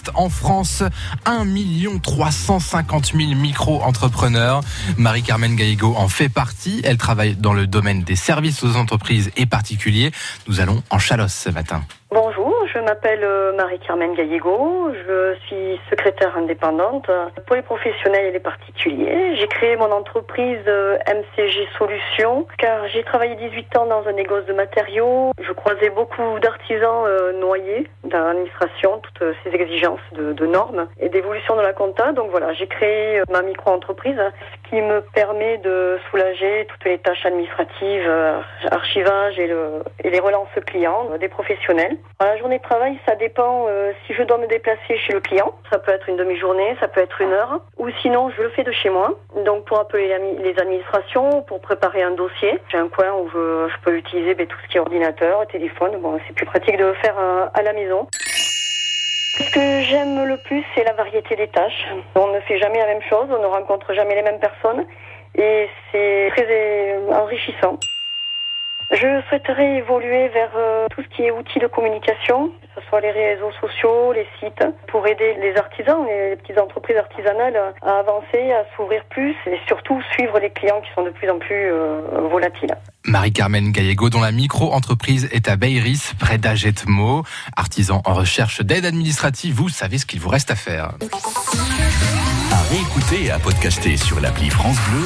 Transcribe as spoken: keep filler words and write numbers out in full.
existe en France un million trois cent cinquante mille micro-entrepreneurs. Marie-Carmen Gallego en fait partie. Elle travaille dans le domaine des services aux entreprises et particuliers. Nous allons en Chalosse ce matin. Bonjour, je m'appelle Marie-Carmen Gallego, je suis secrétaire indépendante pour les professionnels et les particuliers. J'ai créé mon entreprise M C G Solutions car j'ai travaillé dix-huit ans dans un négoce de matériaux. Je croisais beaucoup d'artisans euh, noyés dans l'administration, toutes ces exigences de, de normes et d'évolution de la compta. Donc voilà, j'ai créé ma micro-entreprise, ce qui me permet de soulager toutes les tâches administratives, archivage et, le, et les relances clients des professionnels. À la journée de travail, ça dépend euh, si je dois me déplacer chez le client. Ça peut être une demi-journée, ça peut être une heure. Ou sinon, je le fais de chez moi. Donc pour appeler les administrations, pour préparer un dossier. J'ai un coin où je, je peux utiliser ben, tout ce qui est ordinateur, téléphone. Bon, c'est plus pratique de le faire euh, à la maison. Ce que j'aime le plus, c'est la variété des tâches. On ne fait jamais la même chose, on ne rencontre jamais les mêmes personnes. Et c'est très enrichissant. Je souhaiterais évoluer vers euh, tout ce qui est outils de communication, que ce soit les réseaux sociaux, les sites, pour aider les artisans, les petites entreprises artisanales à avancer, à s'ouvrir plus et surtout suivre les clients qui sont de plus en plus euh, volatiles. Marie-Carmen Gallego, dont la micro-entreprise est à Beiris, près d'Agetmo. Artisan en recherche d'aide administrative, vous savez ce qu'il vous reste à faire. À réécouter et à podcaster sur l'appli France Bleu.